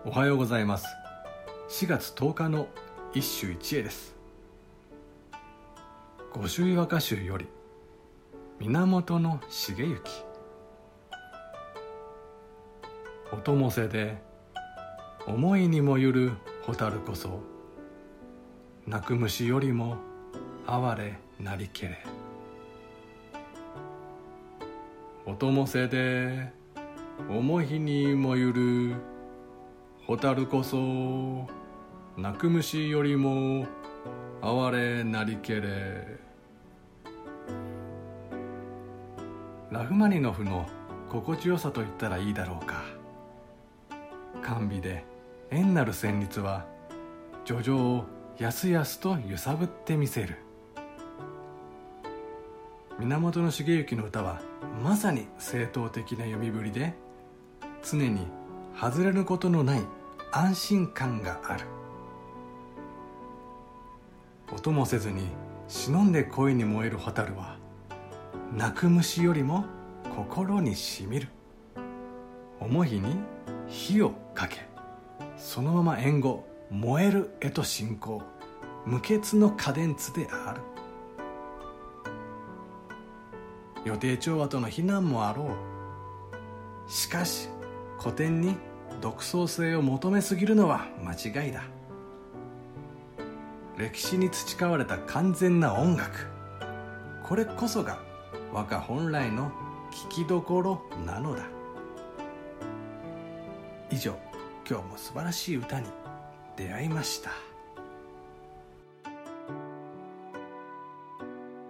おはようございます。4月10日の一首一会です。御朱和歌集より源重幸。お供せで思いにもゆる蛍こそ、鳴く虫よりも哀れなりけれ。お供せで思いにもゆる蛍こそ、鳴く虫よりも哀れなりけれ。ラフマニノフの心地よさと言ったらいいだろうか。甘美で円なる旋律は叙情をやすやすと揺さぶってみせる。源重幸の歌はまさに正統的な読みぶりで、常に外れることのない安心感がある。音もせずに忍んで恋に燃える蛍は、鳴く虫よりも心にしみる。思いに火をかけ、そのまま縁後燃えるへと進行、無欠のカデンツである。予定調和との非難もあろう。しかし古典に独創性を求めすぎるのは間違いだ。歴史に培われた完全な音楽、これこそが和歌本来の聴きどころなのだ。以上、今日も素晴らしい歌に出会いました。